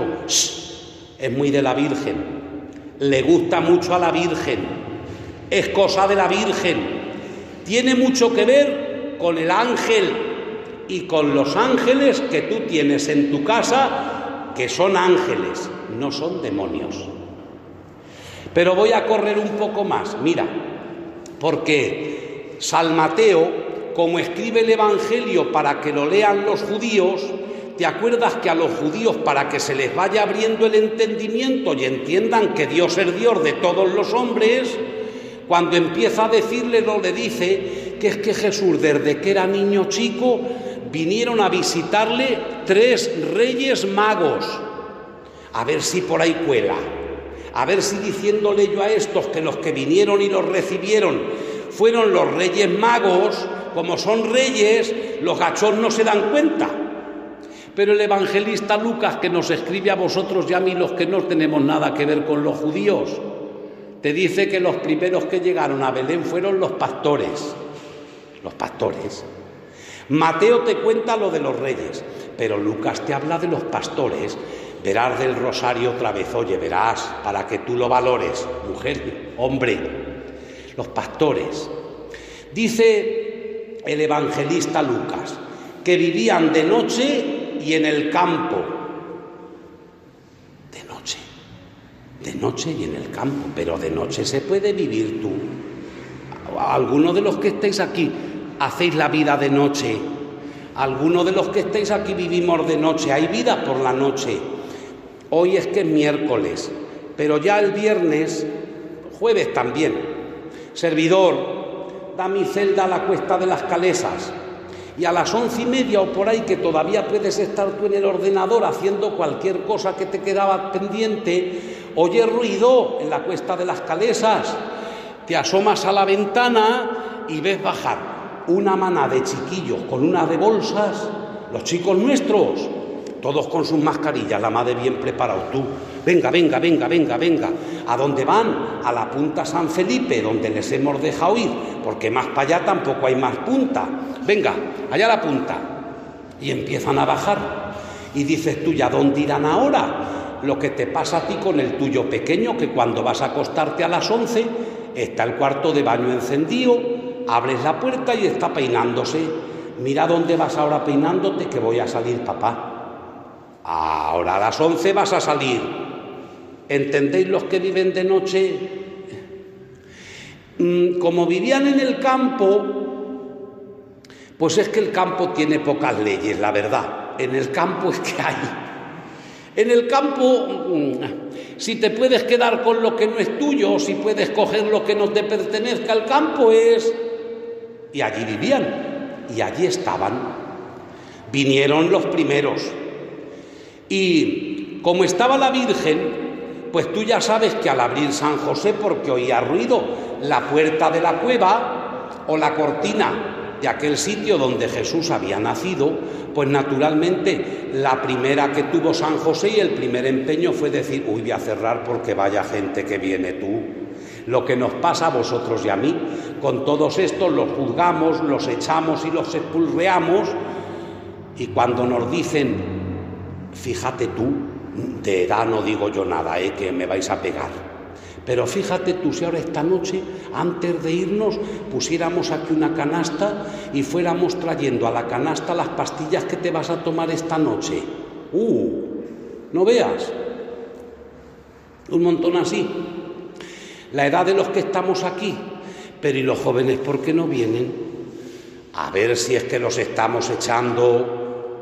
es muy de la Virgen, le gusta mucho a la Virgen, es cosa de la Virgen, tiene mucho que ver con el ángel y con los ángeles que tú tienes en tu casa, que son ángeles, no son demonios. Pero voy a correr un poco más, mira, porque San Mateo, como escribe el Evangelio para que lo lean los judíos, ¿te acuerdas que a los judíos, para que se les vaya abriendo el entendimiento y entiendan que Dios es Dios de todos los hombres, cuando empieza a decirles, le dice que es que Jesús, desde que era niño chico, vinieron a visitarle 3 reyes magos? A ver si por ahí cuela. A ver si diciéndole yo a estos que los que vinieron y los recibieron fueron los reyes magos, como son reyes, los gachos no se dan cuenta. Pero el evangelista Lucas, que nos escribe a vosotros y a mí, los que no tenemos nada que ver con los judíos, te dice que los primeros que llegaron a Belén fueron los pastores. Los pastores. Mateo te cuenta lo de los reyes, pero Lucas te habla de los pastores. Verás del rosario otra vez, oye, verás, para que tú lo valores, mujer, hombre, los pastores. Dice el evangelista Lucas que vivían de noche y en el campo. De noche y en el campo, pero de noche se puede vivir tú. Algunos de los que estáis aquí hacéis la vida de noche. Algunos de los que estáis aquí vivimos de noche. Hay vida por la noche. Hoy es que es miércoles, pero ya el viernes, jueves también, servidor, da mi celda a la Cuesta de las Calesas, y a las 11:30 o por ahí, que todavía puedes estar tú en el ordenador haciendo cualquier cosa que te quedaba pendiente, oyes ruido en la Cuesta de las Calesas, te asomas a la ventana y ves bajar una manada de chiquillos con una de bolsas, los chicos nuestros, todos con sus mascarillas, la madre bien preparados, tú Venga, venga, venga, venga, venga. ¿A dónde van? A la punta San Felipe, donde les hemos dejado ir, porque más para allá tampoco hay más punta. Venga, allá a la punta. Y empiezan a bajar. Y dices tú, ¿ya dónde irán ahora? Lo que te pasa a ti con el tuyo pequeño, que cuando vas a acostarte a las 11, está el cuarto de baño encendido, abres la puerta y está peinándose. Mira dónde vas ahora peinándote, que voy a salir, papá. Ahora a las 11 vas a salir. ¿Entendéis los que viven de noche? Como vivían en el campo, pues es que el campo tiene pocas leyes, la verdad. En el campo es que hay. En el campo, si te puedes quedar con lo que no es tuyo, o si puedes coger lo que no te pertenezca, el campo es... Y allí vivían, y allí estaban. Vinieron los primeros. Y como estaba la Virgen, pues tú ya sabes que al abrir San José, porque oía ruido, la puerta de la cueva o la cortina de aquel sitio donde Jesús había nacido, pues naturalmente la primera que tuvo San José y el primer empeño fue decir, uy, voy a cerrar porque vaya gente que viene tú. Lo que nos pasa a vosotros y a mí, con todos estos los juzgamos, los echamos y los expulreamos, y cuando nos dicen, fíjate tú, de edad no digo yo nada, que me vais a pegar, pero fíjate tú si ahora esta noche, antes de irnos, pusiéramos aquí una canasta y fuéramos trayendo a la canasta las pastillas que te vas a tomar esta noche. No veas, un montón así. La edad de los que estamos aquí, pero ¿y los jóvenes por qué no vienen? A ver si es que los estamos echando...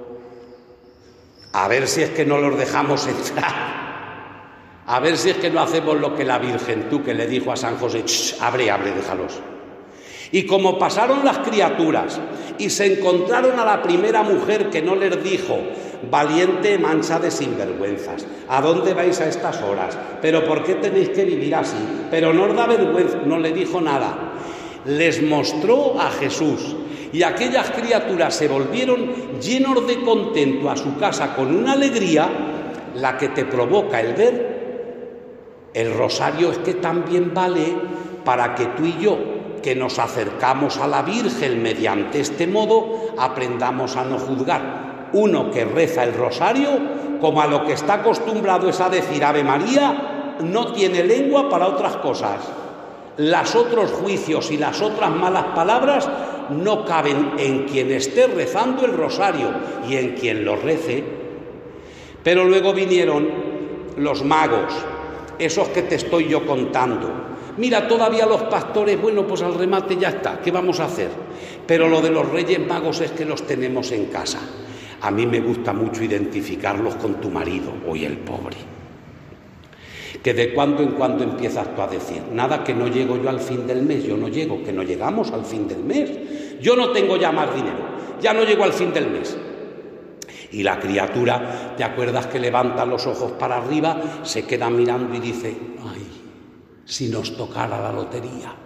A ver si es que no los dejamos entrar. A ver si es que no hacemos lo que la Virgen, tú, que le dijo a San José, abre, déjalos. Y como pasaron las criaturas y se encontraron a la primera mujer que no les dijo, valiente mancha de sinvergüenzas, ¿a dónde vais a estas horas? ¿Pero por qué tenéis que vivir así? ¿Pero no os da vergüenza? No le dijo nada. Les mostró a Jesús. Y aquellas criaturas se volvieron llenos de contento a su casa con una alegría, la que te provoca el ver. El rosario es que también vale para que tú y yo, que nos acercamos a la Virgen mediante este modo, aprendamos a no juzgar. Uno que reza el rosario, como a lo que está acostumbrado es a decir Ave María, no tiene lengua para otras cosas. Los otros juicios y las otras malas palabras no caben en quien esté rezando el rosario y en quien lo rece. Pero luego vinieron los magos, esos que te estoy yo contando. Mira, todavía los pastores, bueno, pues al remate ya está, ¿qué vamos a hacer? Pero lo de los Reyes Magos es que los tenemos en casa. A mí me gusta mucho identificarlos con tu marido, hoy el pobre. Que de cuando en cuando empiezas tú a decir, nada, que no llego yo al fin del mes, yo no llego, que no llegamos al fin del mes, yo no tengo ya más dinero, ya no llego al fin del mes. Y la criatura, ¿te acuerdas que levanta los ojos para arriba, se queda mirando y dice, ay, si nos tocara la lotería?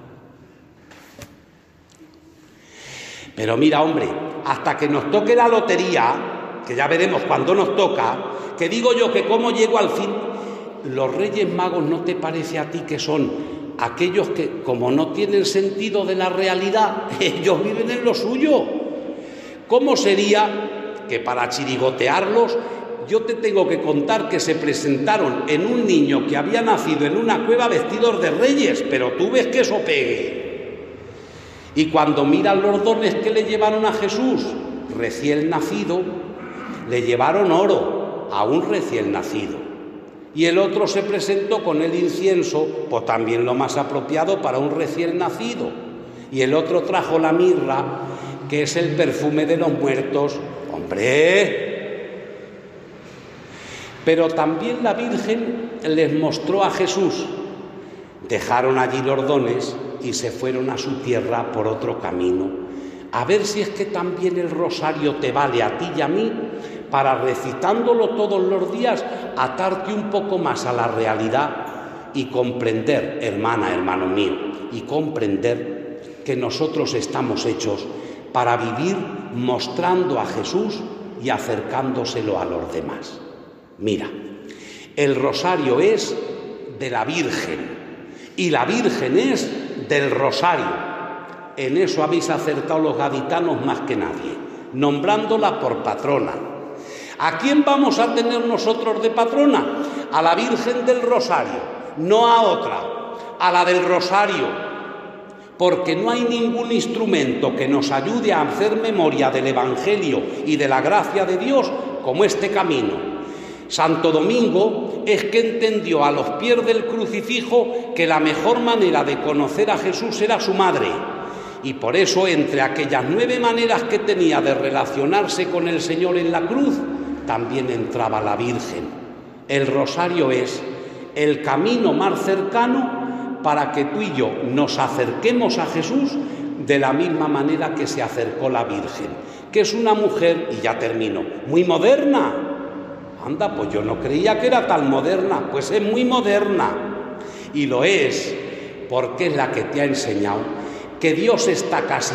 Pero mira, hombre, hasta que nos toque la lotería, que ya veremos cuándo nos toca, que digo yo que cómo llego al fin. Los Reyes Magos, ¿no te parece a ti que son aquellos que, como no tienen sentido de la realidad, ellos viven en lo suyo? ¿Cómo sería que para chirigotearlos yo te tengo que contar que se presentaron en un niño que había nacido en una cueva vestidos de reyes? Pero tú ves que eso pegue. Y cuando miran los dones que le llevaron a Jesús, recién nacido, le llevaron oro a un recién nacido. Y el otro se presentó con el incienso, pues también lo más apropiado para un recién nacido. Y el otro trajo la mirra, que es el perfume de los muertos. ¡Hombre! Pero también la Virgen les mostró a Jesús. Dejaron allí los dones y se fueron a su tierra por otro camino. A ver si es que también el rosario te vale a ti y a mí, para recitándolo todos los días, atarte un poco más a la realidad y comprender, hermana, hermano mío, y comprender que nosotros estamos hechos para vivir mostrando a Jesús y acercándoselo a los demás. Mira, El rosario es de la Virgen y la Virgen es del rosario. En eso habéis acertado los gaditanos más que nadie, nombrándola por patrona. ¿A quién vamos a tener nosotros de patrona? A la Virgen del Rosario, no a otra, a la del Rosario, porque no hay ningún instrumento que nos ayude a hacer memoria del Evangelio y de la gracia de Dios como este camino. Santo Domingo es que entendió a los pies del crucifijo que la mejor manera de conocer a Jesús era su madre. Y por eso, entre aquellas 9 maneras que tenía de relacionarse con el Señor en la cruz, también entraba la Virgen. El rosario es el camino más cercano para que tú y yo nos acerquemos a Jesús de la misma manera que se acercó la Virgen, que es una mujer, y ya termino, muy moderna. Anda, pues yo no creía que era tan moderna, pues es muy moderna. Y lo es porque es la que te ha enseñado que Dios está casi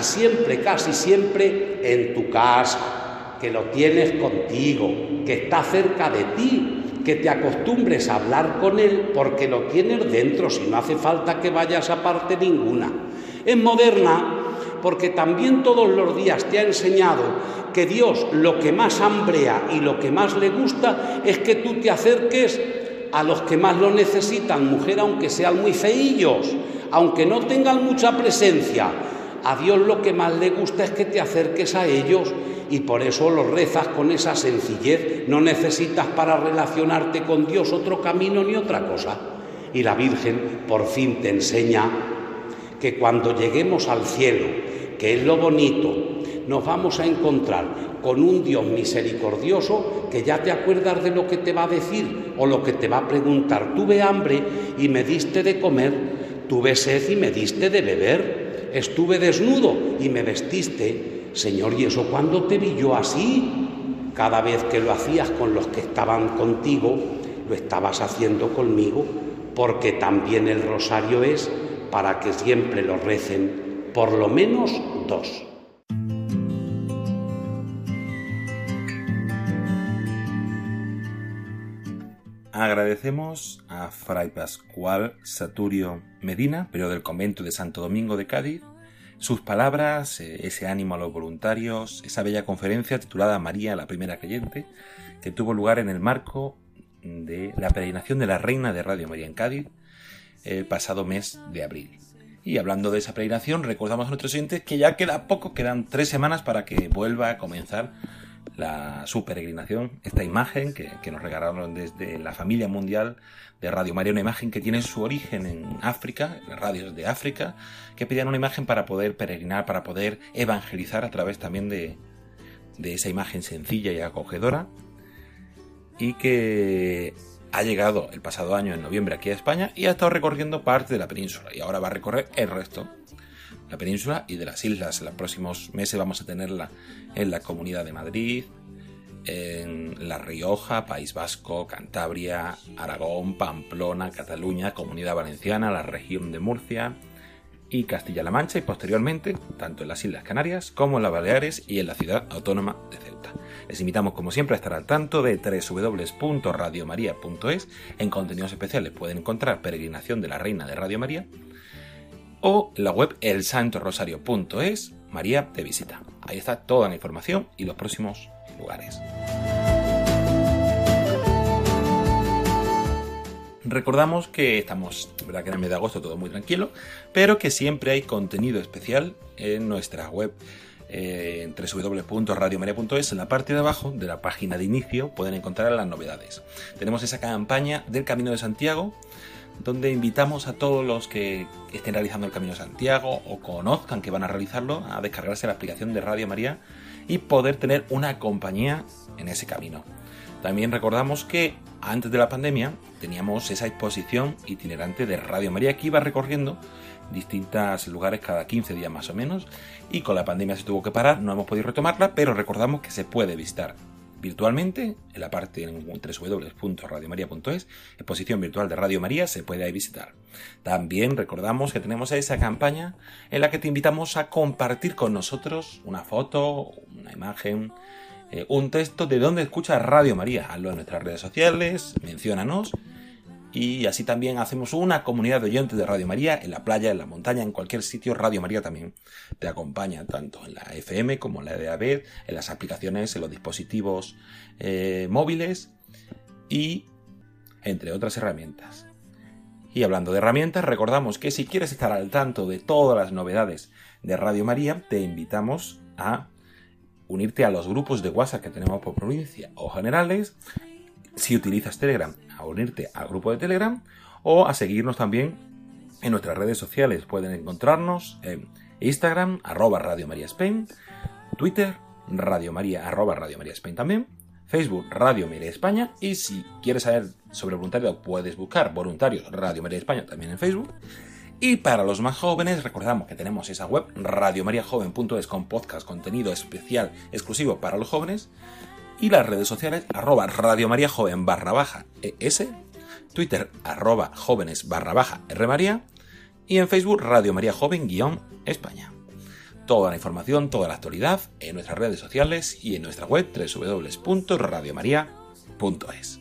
siempre en tu casa, que lo tienes contigo, que está cerca de ti, que te acostumbres a hablar con Él porque lo tienes dentro, si no hace falta que vayas a parte ninguna. Es moderna porque también todos los días te ha enseñado que Dios lo que más hambrea y lo que más le gusta es que tú te acerques a los que más lo necesitan, mujer, aunque sean muy feillos, aunque no tengan mucha presencia. A Dios lo que más le gusta es que te acerques a ellos y por eso los rezas con esa sencillez. No necesitas para relacionarte con Dios otro camino ni otra cosa. Y la Virgen por fin te enseña que cuando lleguemos al cielo, que es lo bonito, nos vamos a encontrar con un Dios misericordioso que ya te acuerdas de lo que te va a decir o lo que te va a preguntar. Tuve hambre y me diste de comer, tuve sed y me diste de beber, estuve desnudo y me vestiste. Señor, ¿y eso cuándo te vi yo así? Cada vez que lo hacías con los que estaban contigo, lo estabas haciendo conmigo, porque también el rosario es para que siempre lo recen por lo menos 2. Agradecemos a Fray Pascual Saturio Medina, prior del convento de Santo Domingo de Cádiz, sus palabras, ese ánimo a los voluntarios, esa bella conferencia titulada María, la primera creyente, que tuvo lugar en el marco de la peregrinación de la Reina de Radio María en Cádiz el pasado mes de abril. Y hablando de esa peregrinación, recordamos a nuestros oyentes que ya queda poco, quedan 3 semanas para que vuelva a comenzar su peregrinación, esta imagen que nos regalaron desde la familia mundial de Radio María, una imagen que tiene su origen en África, en las radios de África, que pedían una imagen para poder peregrinar, para poder evangelizar a través también de esa imagen sencilla y acogedora, y que ha llegado el pasado año en noviembre aquí a España y ha estado recorriendo parte de la península y ahora va a recorrer el resto, la península y de las islas. En los próximos meses vamos a tenerla en la Comunidad de Madrid, en La Rioja, País Vasco, Cantabria, Aragón, Pamplona, Cataluña, Comunidad Valenciana, la región de Murcia y Castilla-La Mancha, y posteriormente tanto en las Islas Canarias como en las Baleares y en la ciudad autónoma de Ceuta. Les invitamos como siempre a estar al tanto de www.radiomaria.es. En contenidos especiales pueden encontrar Peregrinación de la Reina de Radio María o la web elsantorosario.es, María te visita. Ahí está toda la información y los próximos lugares. Recordamos que estamos, verdad que en el mes de agosto todo muy tranquilo, pero que siempre hay contenido especial en nuestra web, en www.radiomaria.es. En la parte de abajo de la página de inicio pueden encontrar las novedades. Tenemos esa campaña del Camino de Santiago, donde invitamos a todos los que estén realizando el Camino de Santiago o conozcan que van a realizarlo a descargarse la aplicación de Radio María y poder tener una compañía en ese camino. También recordamos que antes de la pandemia teníamos esa exposición itinerante de Radio María que iba recorriendo distintos lugares cada 15 días más o menos, y con la pandemia se tuvo que parar, no hemos podido retomarla, pero recordamos que se puede visitar virtualmente en la parte en www.radiomaria.es, exposición virtual de Radio María, se puede ahí visitar. También recordamos que tenemos esa campaña en la que te invitamos a compartir con nosotros una foto, una imagen un texto de dónde escuchas Radio María. Hazlo en nuestras redes sociales, menciónanos. Y así también hacemos una comunidad de oyentes de Radio María en la playa, en la montaña, en cualquier sitio. Radio María también te acompaña, tanto en la FM como en la DAB, en las aplicaciones, en los dispositivos móviles y entre otras herramientas. Y hablando de herramientas, recordamos que si quieres estar al tanto de todas las novedades de Radio María, te invitamos a unirte a los grupos de WhatsApp que tenemos por provincia o generales. Si utilizas Telegram, a unirte al grupo de Telegram o a seguirnos también en nuestras redes sociales. Pueden encontrarnos en Instagram, @Radio María Spain, Twitter, Radio María, @Radio María Spain también, Facebook, Radio María España, y si quieres saber sobre voluntariado puedes buscar Voluntarios Radio María España también en Facebook. Y para los más jóvenes, recordamos que tenemos esa web, radiomariajoven.es, con podcast, contenido especial, exclusivo para los jóvenes. Y las redes sociales, @radiomariajoven _es, Twitter, @jóvenes _rmaria, y en Facebook, Radio María Joven _España. Toda la información, toda la actualidad en nuestras redes sociales y en nuestra web, www.radiomaria.es.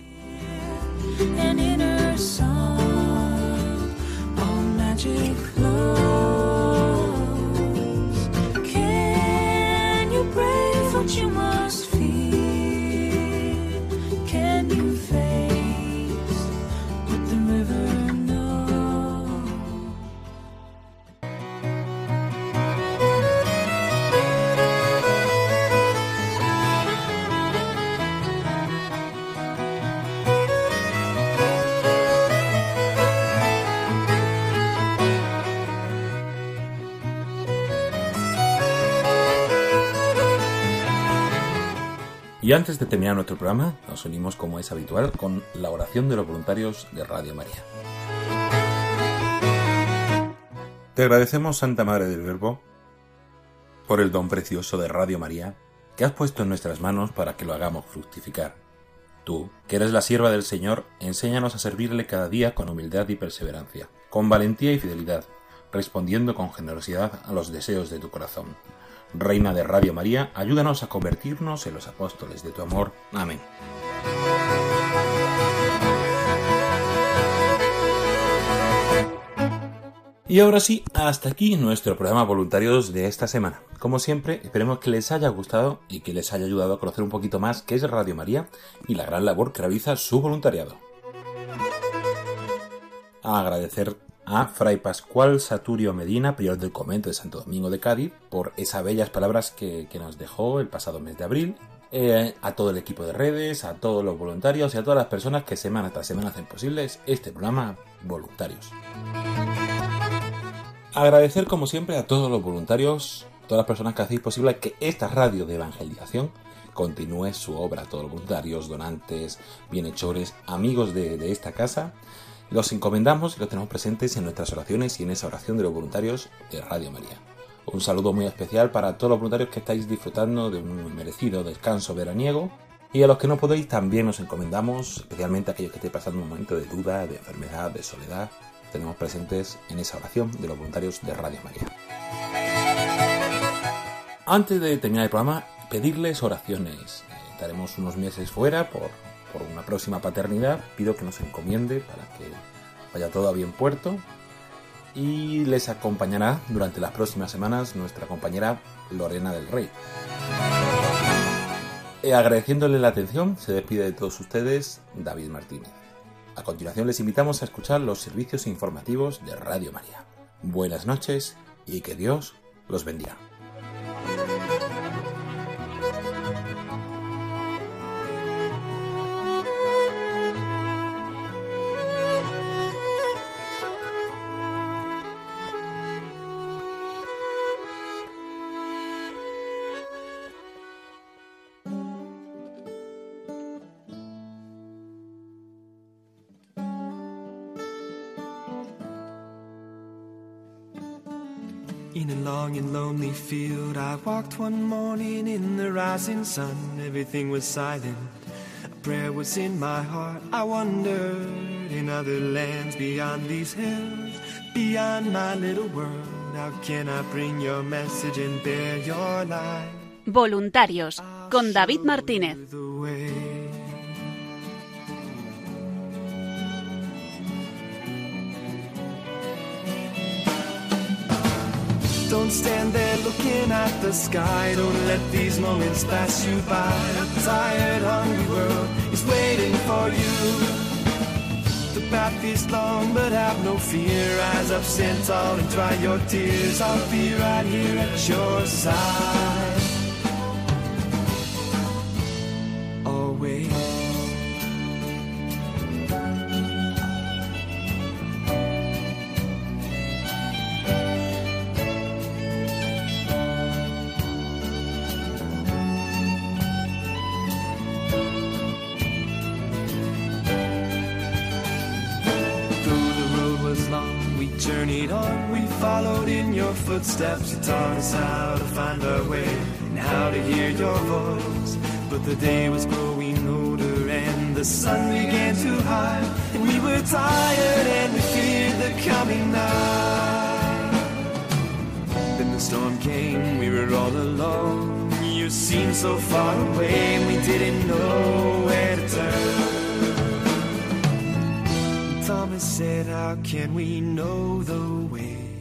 Y antes de terminar nuestro programa, nos unimos, como es habitual, con la oración de los voluntarios de Radio María. Te agradecemos, Santa Madre del Verbo, por el don precioso de Radio María que has puesto en nuestras manos para que lo hagamos fructificar. Tú, que eres la sierva del Señor, enséñanos a servirle cada día con humildad y perseverancia, con valentía y fidelidad, respondiendo con generosidad a los deseos de tu corazón. Reina de Radio María, ayúdanos a convertirnos en los apóstoles de tu amor. Amén. Y ahora sí, hasta aquí nuestro programa Voluntarios de esta semana. Como siempre, esperemos que les haya gustado y que les haya ayudado a conocer un poquito más qué es Radio María y la gran labor que realiza su voluntariado. A agradecer a Fray Pascual Saturio Medina, prior del convento de Santo Domingo de Cádiz, por esas bellas palabras que nos dejó el pasado mes de abril, a todo el equipo de redes, a todos los voluntarios y a todas las personas que semana tras semana hacen posibles este programa Voluntarios. Agradecer, como siempre, a todos los voluntarios, todas las personas que hacéis posible que esta radio de evangelización continúe su obra, todos los voluntarios, donantes, bienhechores, amigos de esta casa. Los encomendamos y los tenemos presentes en nuestras oraciones y en esa oración de los voluntarios de Radio María. Un saludo muy especial para todos los voluntarios que estáis disfrutando de un merecido descanso veraniego, y a los que no podéis también nos encomendamos, especialmente a aquellos que estéis pasando un momento de duda, de enfermedad, de soledad. Tenemos presentes en esa oración de los voluntarios de Radio María. Antes de terminar el programa, pedirles oraciones. Estaremos unos meses fuera por una próxima paternidad. Pido que nos encomiende para que vaya todo a bien puerto, y les acompañará durante las próximas semanas nuestra compañera Lorena del Rey. Agradeciéndole la atención, se despide de todos ustedes David Martínez. A continuación les invitamos a escuchar los servicios informativos de Radio María. Buenas noches y que Dios los bendiga. In a long and lonely field, I walked one morning in the rising sun. Everything was silent, a prayer was in my heart. I wondered, in other lands beyond these hills, beyond my little world, how can I bring your message and bear your light? Voluntarios, con David Martínez. Don't stand there looking at the sky. Don't let these moments pass you by. A tired, hungry world is waiting for you. The path is long, but have no fear. Rise up, stand tall, and dry your tears. I'll be right here at your side. Always. Journeyed on, we followed in your footsteps. You taught us how to find our way and how to hear your voice. But the day was growing older and the sun began to hide, and we were tired and we feared the coming night. Then the storm came, we were all alone. You seemed so far away and we didn't know where to turn. Thomas said, how can we know the way?